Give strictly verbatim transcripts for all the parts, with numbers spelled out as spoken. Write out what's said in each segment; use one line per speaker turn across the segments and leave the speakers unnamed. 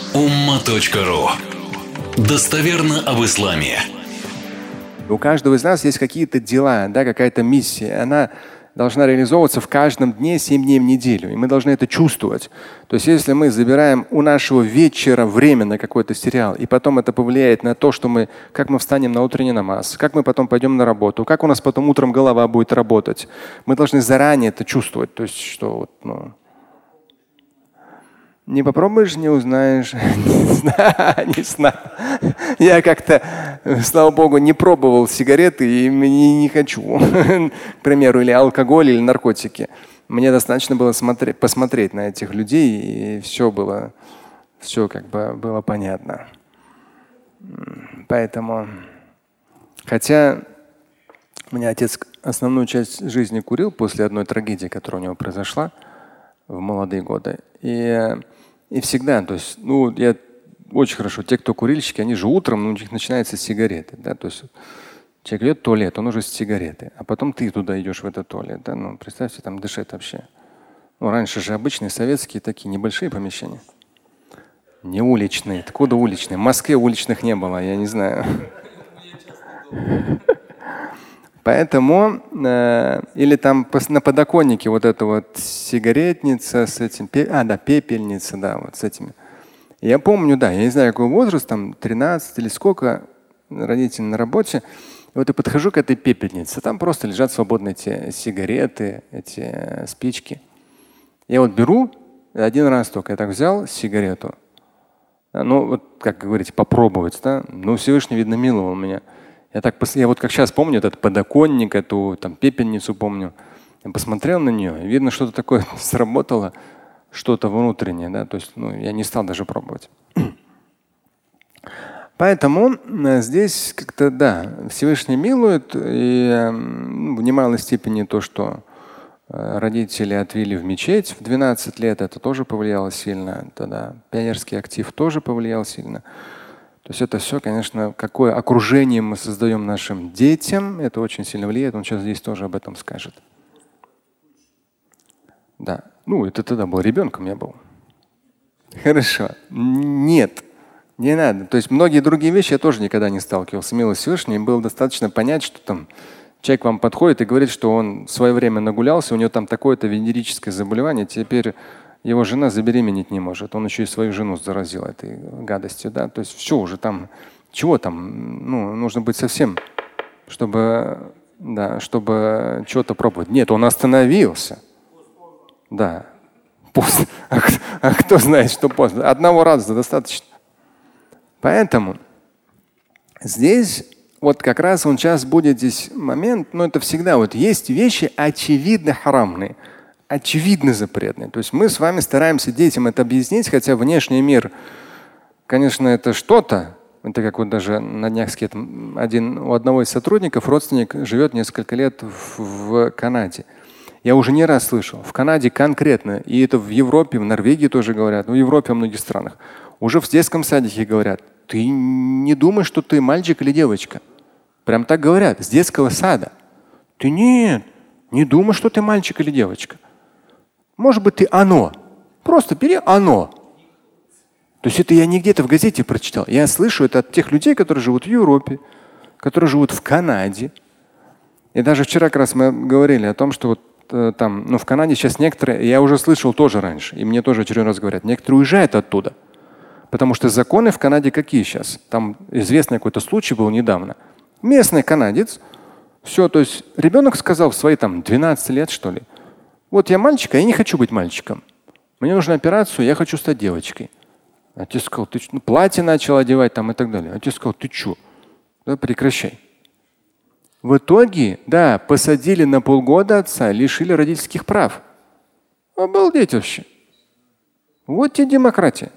умма точка ру. Достоверно об исламе.
У каждого из нас есть какие-то дела, да, какая-то миссия. Она должна реализовываться в каждом дне, семь дней в неделю. И мы должны это чувствовать. То есть если мы забираем у нашего вечера время на какой-то сериал, и потом это повлияет на то, что мы, как мы встанем на утренний намаз, как мы потом пойдем на работу, как у нас потом утром голова будет работать, мы должны заранее это чувствовать. То есть что, ну, не попробуешь, не узнаешь. Не знаю. Я как-то, слава богу, не пробовал сигареты и не, не хочу, к примеру, или алкоголь, или наркотики. Мне достаточно было смотреть, посмотреть на этих людей, и все было, все как бы было понятно. Поэтому, хотя у меня отец основную часть жизни курил после одной трагедии, которая у него произошла в молодые годы. И И всегда, то есть, ну, я очень хорошо, те, кто курильщики, они же утром, ну, у них начинается с сигареты. Да? То есть человек идет в туалет, он уже с сигареты, а потом ты туда идешь в этот туалет. Да? Ну, представьте, там дышать вообще. Ну, раньше же обычные советские такие небольшие помещения. Не уличные. Откуда уличные? В Москве уличных не было, я не знаю. Поэтому, э, или там на подоконнике вот эта вот сигаретница с этим, а, да, пепельница, да, вот с этими. Я помню, да, я не знаю, какой возраст, там тринадцать или сколько, родители на работе. И вот я подхожу к этой пепельнице, там просто лежат свободные эти сигареты, эти спички. Я вот беру, один раз только я так взял сигарету, ну, вот, как говорите, попробовать, да, ну, Всевышний, видно, миловал меня. Я, так, я вот как сейчас помню этот подоконник, эту там, пепельницу помню. Я посмотрел на нее, и видно, что-то такое сработало, что-то внутреннее. Да? То есть, ну, я не стал даже пробовать. Поэтому здесь как-то, да, Всевышний милует. И в немалой степени то, что родители отвели в мечеть в двенадцать лет, это тоже повлияло сильно. Тогда пионерский актив тоже повлиял сильно. То есть это все, конечно, какое окружение мы создаем нашим детям, это очень сильно влияет. Он сейчас здесь тоже об этом скажет. Да. Ну, это тогда был ребенком, я был. Хорошо. Нет, не надо. То есть многие другие вещи я тоже никогда не сталкивался. Милость Всевышней, было достаточно понять, что там человек вам подходит и говорит, что он в свое время нагулялся, у него там такое-то венерическое заболевание, теперь его жена забеременеть не может. Он еще и свою жену заразил этой гадостью. Да? То есть все уже там, чего там, ну, нужно быть совсем, чтобы, да, чтобы что-то пробовать. Нет, он остановился. Да. Пост. А, а кто знает, что пост? Одного раза достаточно. Поэтому здесь вот как раз он сейчас будет здесь момент, но это всегда вот есть вещи очевидно харамные. Очевидно запретные. То есть мы с вами стараемся детям это объяснить, хотя внешний мир, конечно, это что-то. Это как вот даже на днях один, у одного из сотрудников родственник живет несколько лет в, в Канаде. Я уже не раз слышал, в Канаде конкретно, и это в Европе, в Норвегии тоже говорят, в Европе, во многих странах, уже в детском садике говорят, ты не думай, что ты мальчик или девочка. Прям так говорят, с детского сада. Ты нет, не думай, что ты мальчик или девочка. Может быть, ты оно. Просто бери оно. То есть это я не где-то в газете прочитал. Я слышу это от тех людей, которые живут в Европе, которые живут в Канаде. И даже вчера как раз мы говорили о том, что вот э, там, ну, в Канаде сейчас некоторые, я уже слышал тоже раньше, и мне тоже очередной раз говорят, некоторые уезжают оттуда. Потому что законы в Канаде какие сейчас? Там известный какой-то случай был недавно. Местный канадец, все, то есть ребенок сказал в свои там двенадцать лет, что ли, вот я мальчик, а я не хочу быть мальчиком. Мне нужна операцию, я хочу стать девочкой. Отец сказал, ты ну, платье начал одевать там и так далее. Отец сказал, ты что? Да, прекращай. В итоге, да, посадили на полгода отца, лишили родительских прав. Обалдеть вообще. Вот тебе демократия.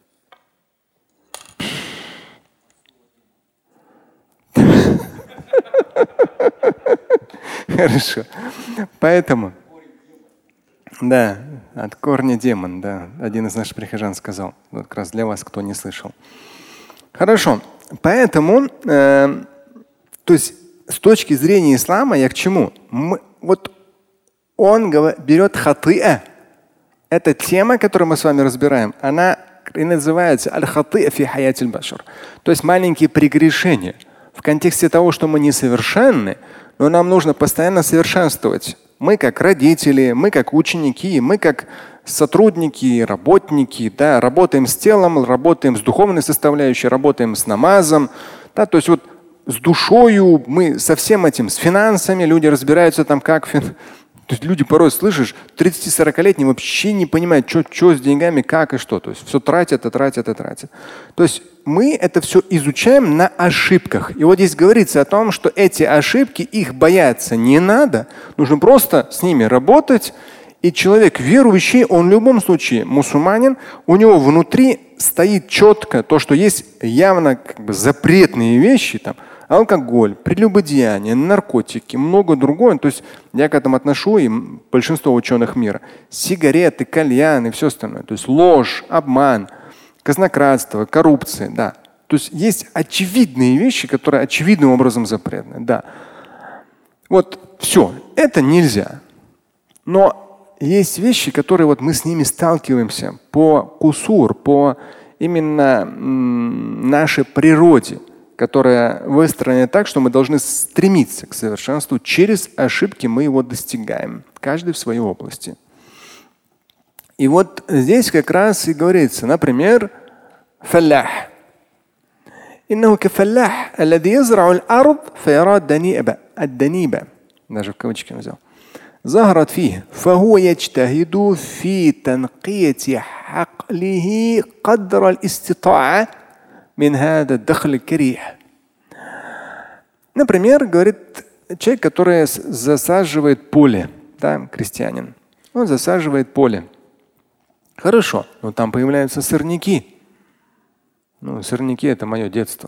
Хорошо. Поэтому, да, от корня демон, да, один из наших прихожан сказал. Вот как раз для вас, кто не слышал. Хорошо. Поэтому, э, то есть с точки зрения ислама, я к чему? Мы, вот он берет хатыа. Эта тема, которую мы с вами разбираем, она И называется аль-хати фи хаяти аль-башар. То есть маленькие прегрешения. В контексте того, что мы несовершенны, но нам нужно постоянно совершенствовать. Мы как родители, мы как ученики, мы как сотрудники, работники, да, работаем с телом, работаем с духовной составляющей, работаем с намазом. Да, то есть вот с душою мы со всем этим, с финансами, люди разбираются там как. Фин... То есть люди порой, слышишь, тридцати-сорокалетние вообще не понимают, что, что с деньгами, как и что. То есть все тратят, и тратят, и тратят. То есть мы это все изучаем на ошибках. И вот здесь говорится о том, что эти ошибки, их бояться не надо. Нужно просто с ними работать. И человек верующий, он в любом случае мусульманин, у него внутри стоит четко то, что есть явно как бы запретные вещи, там, алкоголь, прелюбодеяние, наркотики, много другое. То есть я к этому отношу и большинство ученых мира. Сигареты, кальян и все остальное. То есть ложь, обман, казнократство, коррупция. Да. То есть есть очевидные вещи, которые очевидным образом запретны. Да. Вот все. Это нельзя. Но есть вещи, которые вот мы с ними сталкиваемся по кусур, по именно м, нашей природе, которая выстроена так, что мы должны стремиться к совершенству. Через ошибки мы его достигаем, каждый в своей области. И вот здесь как раз и говорится, например, фаллах. إنه كفلاح الذي يزرع الأرض فيرى الدنيبة الدنيبة даже в кавычки взял. ظهرت فيه فهو يجتهد في تنقية حقله قدر الاستطاعة من هذا الدخل الكريح. Например, говорит человек, который засаживает поле, да, крестьянин. Он засаживает поле. Хорошо, но там появляются сорняки. Ну, сорняки – это мое детство.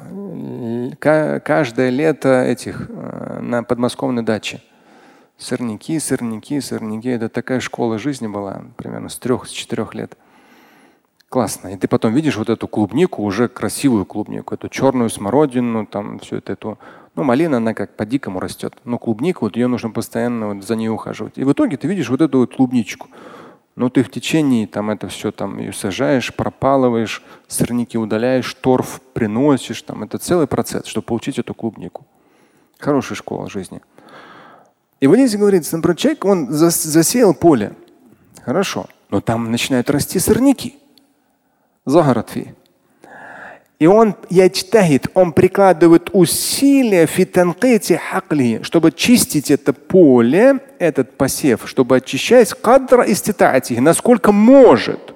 Каждое лето этих на подмосковной даче. Сорняки, сорняки, сорняки. Это такая школа жизни была, примерно с трех, с четырех лет. Классно. И ты потом видишь вот эту клубнику, уже красивую клубнику, эту черную смородину, там все это, эту. Ну, малина, она как по-дикому растет. Но клубника, вот ее нужно постоянно вот за ней ухаживать. И в итоге ты видишь вот эту вот клубничку. Но ты в течение там это все там ее сажаешь, пропалываешь, сорняки удаляешь, торф приносишь. Там. Это целый процесс, чтобы получить эту клубнику. Хорошая школа жизни. И вот здесь говорится, например, человек, он засеял поле. Хорошо. Но там начинают расти сорняки. Загаратфи. И он ячтахид, он прикладывает усилия фитанкити хакли, чтобы чистить это поле, этот посев, чтобы очищать кадра иститати, насколько может.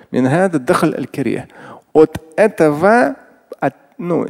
От этого от, ну,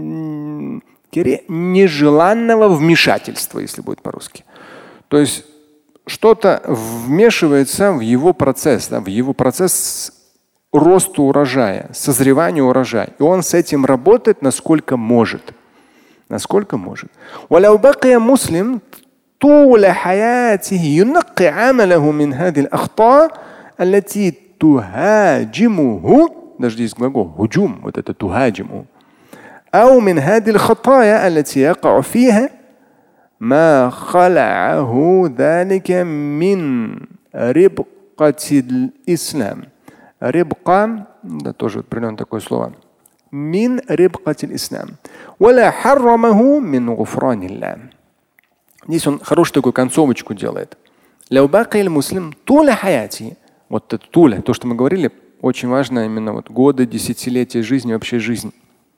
нежеланного вмешательства, если будет по-русски. То есть что-то вмешивается в его процесс, да, в его процесс росту урожая, созревания урожая. И он с этим работает, насколько может. Насколько может. مسلم طول حياته ينقي عمله من هذه الأخطاء التي تهاجمه. Даже здесь глагол هجوم, вот это تهاجمه. أو من هذه الخطايا التي يقع فيها ما خلعه ذلك من ربقة الإسلام. Рибка, да, тоже определенно такое слово. Мин рибкатиль ислам. Валя харрамаху мин гуфранилля. Здесь он хорошую такую концовочку делает. Ляубакиль муслим туля хаяти. Вот это туля, то, что мы говорили, очень важно именно вот годы, десятилетия жизни, вообще жизнь.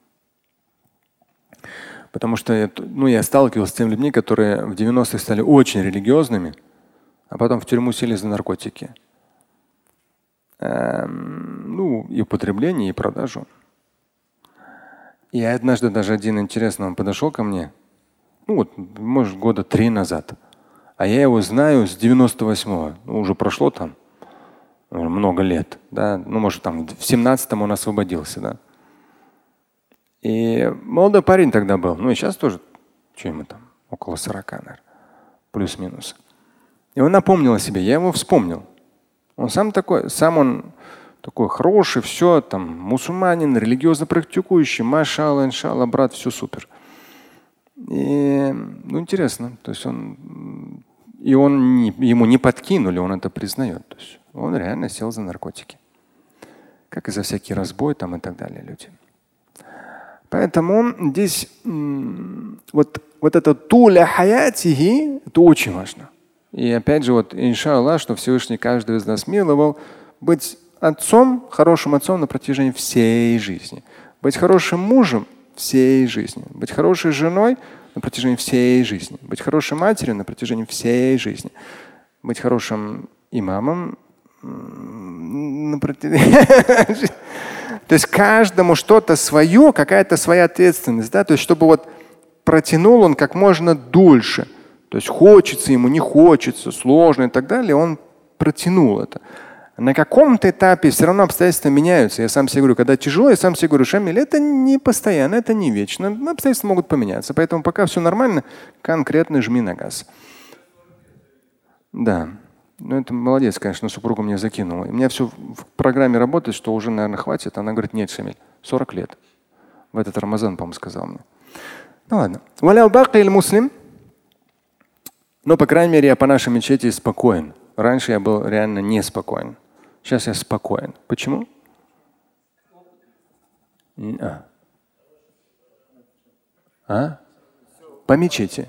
Потому что ну, я сталкивался с теми людьми, которые в девяностых стали очень религиозными, а потом в тюрьму сели за наркотики. Ну, и употребление, и продажу. И однажды даже один интересный, он подошел ко мне, ну вот, может, года три назад. А я его знаю с девяносто восьмого. Ну, уже прошло там много лет. Да? Ну, может, там в семнадцатом он освободился. Да? И молодой парень тогда был. Ну и сейчас тоже, что ему там, около сорока, наверное, плюс-минус. И он напомнил о себе, я его вспомнил. Он сам такой, сам он такой хороший, все, там, мусульманин, религиозно практикующий, машалла, иншалла, брат, все супер. И, ну, интересно, то есть он, и он не, ему не подкинули, он это признает. То есть он реально сел за наркотики. как и за всякий разбой там и так далее люди. Поэтому здесь вот, вот это туля хаятихи, это очень важно. И опять же, вот, иншаллах, что Всевышний каждого из нас миловал быть отцом, хорошим отцом на протяжении всей жизни. Быть хорошим мужем всей жизни. Быть хорошей женой на протяжении всей жизни. Быть хорошей матерью на протяжении всей жизни. Быть хорошим имамом на протяжении... То есть каждому что-то свое, какая-то своя ответственность, да, то есть чтобы вот протянул он как можно дольше. То есть хочется ему, не хочется, сложно и так далее, он протянул это. На каком-то этапе все равно обстоятельства меняются. Я сам себе говорю, когда тяжело, я сам себе говорю, Шамиль, это не постоянно, это не вечно. Обстоятельства могут поменяться. Поэтому пока все нормально, конкретно жми на газ. Да. Ну, это молодец, конечно, супруга мне закинула. У меня все в программе работает, что уже, наверное, хватит. Она говорит, нет, Шамиль, сорок лет. В этот Рамазан, по-моему, сказал мне. Ну ладно. Муслим. Но, по крайней мере, я по нашей мечети спокоен. Раньше я был реально неспокоен. Сейчас я спокоен. Почему? А? А? По мечети.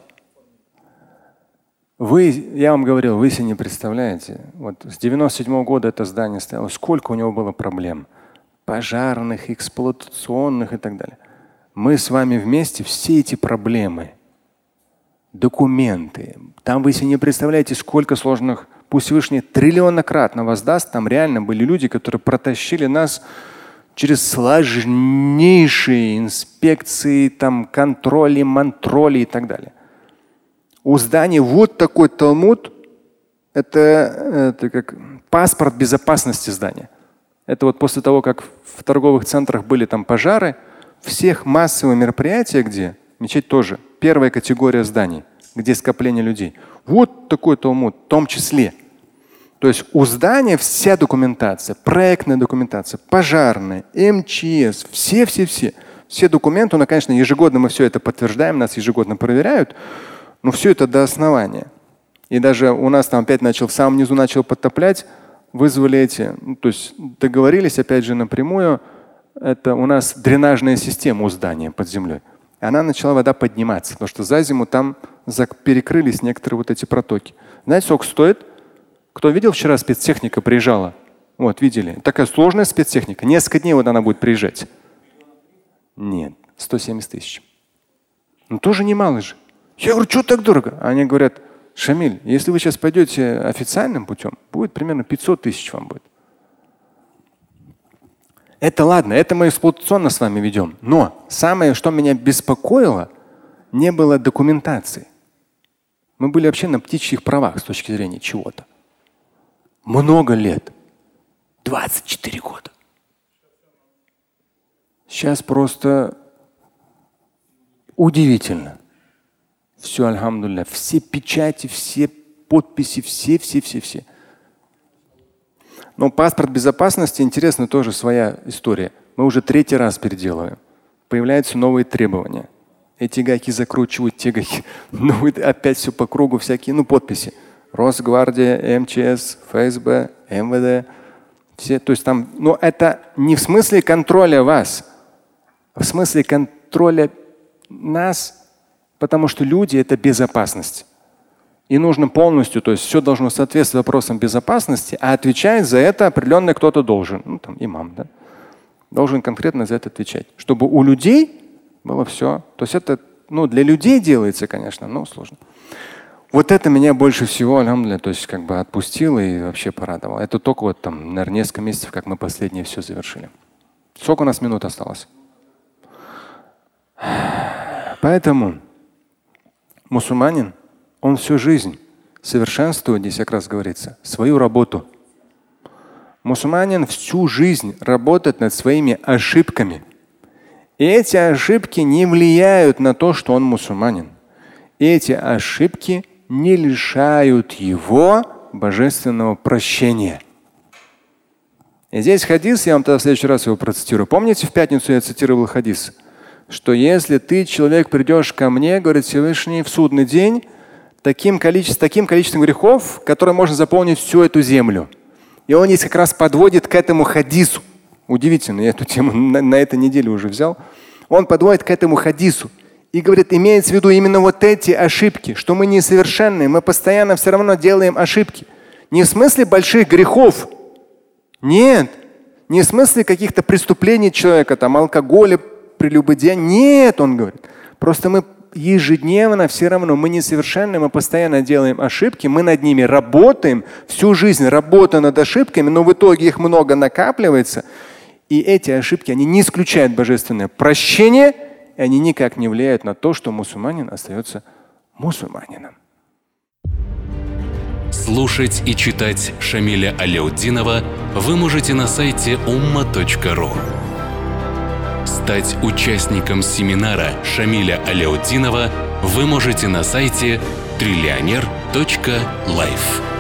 Вы, я вам говорил, вы себе не представляете. Вот с девяносто седьмого года это здание стояло. Сколько у него было проблем? Пожарных, эксплуатационных и так далее. Мы с вами вместе все эти проблемы, документы. Там вы себе не представляете, сколько сложных, пусть Всевышний триллионократно воздаст. Там реально были люди, которые протащили нас через сложнейшие инспекции, там, контроли, мантроли и так далее. У здания вот такой талмуд, это, это как паспорт безопасности здания. Это вот после того, как в торговых центрах были там пожары, всех массовые мероприятия, где мечеть тоже первая категория зданий, где скопление людей. Вот такой талмуд, в том числе. То есть у здания вся документация, проектная документация, пожарная, эм че эс, все-все-все. Все документы, ну, конечно, ежегодно мы все это подтверждаем, нас ежегодно проверяют. Но все это до основания. И даже у нас там опять начал в самом низу начал подтоплять, вызвали эти, ну, то есть договорились опять же напрямую. Это у нас дренажная система у здания под землей. Она начала вода подниматься, потому что за зиму там перекрылись некоторые вот эти протоки. Знаете, сколько стоит? Кто видел, вчера спецтехника приезжала? Вот, видели. Такая сложная спецтехника. Несколько дней вот она будет приезжать. Нет, сто семьдесят тысяч. Ну тоже немало же. Я говорю, что так дорого? Они говорят, Шамиль, если вы сейчас пойдете официальным путем, будет примерно пятьсот тысяч вам будет. Это ладно, это мы эксплуатационно с вами ведем. Но самое, что меня беспокоило, не было документации. Мы были вообще на птичьих правах с точки зрения чего-то. Много лет. двадцать четыре года. Сейчас просто удивительно. Все, альхамдулилля, все печати, все подписи, все, все, все, все. Но паспорт безопасности, интересно, тоже своя история. Мы уже третий раз переделываем. Появляются новые требования. Эти гайки закручивают, те гайки. Ну, опять все по кругу, всякие, ну, подписи. Росгвардия, эм че эс, эф эс бэ, эм вэ дэ. Все, то есть там, но это не в смысле контроля вас, а в смысле контроля нас. Потому что люди – это безопасность. И нужно полностью, то есть все должно соответствовать вопросам безопасности, а отвечать за это определенно кто-то должен. Ну, там, имам, да? Должен конкретно за это отвечать. Чтобы у людей было все. То есть это, ну, для людей делается, конечно, но сложно. Вот это меня больше всего, альхамдулилля, то есть как бы отпустило и вообще порадовало. Это только вот там, наверное, несколько месяцев, как мы последнее все завершили. Сколько у нас минут осталось? Поэтому мусульманин, он всю жизнь совершенствует, здесь как раз говорится, свою работу. Мусульманин всю жизнь работает над своими ошибками. И эти ошибки не влияют на то, что он мусульманин. И эти ошибки не лишают его божественного прощения. И здесь хадис, я вам тогда в следующий раз его процитирую. Помните, в пятницу я цитировал хадис, что если ты, человек, придешь ко мне, говорит Всевышний, в судный день, таким количеством, таким количеством грехов, которое можно заполнить всю эту землю. И он здесь как раз подводит к этому хадису. Удивительно, я эту тему на, на этой неделе уже взял. Он подводит к этому хадису и говорит, имеется в виду именно вот эти ошибки, что мы несовершенны, мы постоянно все равно делаем ошибки. Не в смысле больших грехов. Нет. Не в смысле каких-то преступлений человека, там, алкоголя, прелюбодеяния. Нет, он говорит. Просто мы ежедневно все равно, мы несовершенны, мы постоянно делаем ошибки, мы над ними работаем, всю жизнь работа над ошибками, но в итоге их много накапливается. И эти ошибки, они не исключают божественное прощение, и они никак не влияют на то, что мусульманин остается мусульманином.
Слушать и читать Шамиля Аляутдинова вы можете на сайте умма точка ру. Стать участником семинара Шамиля Аляутдинова вы можете на сайте триллионер точка лайф.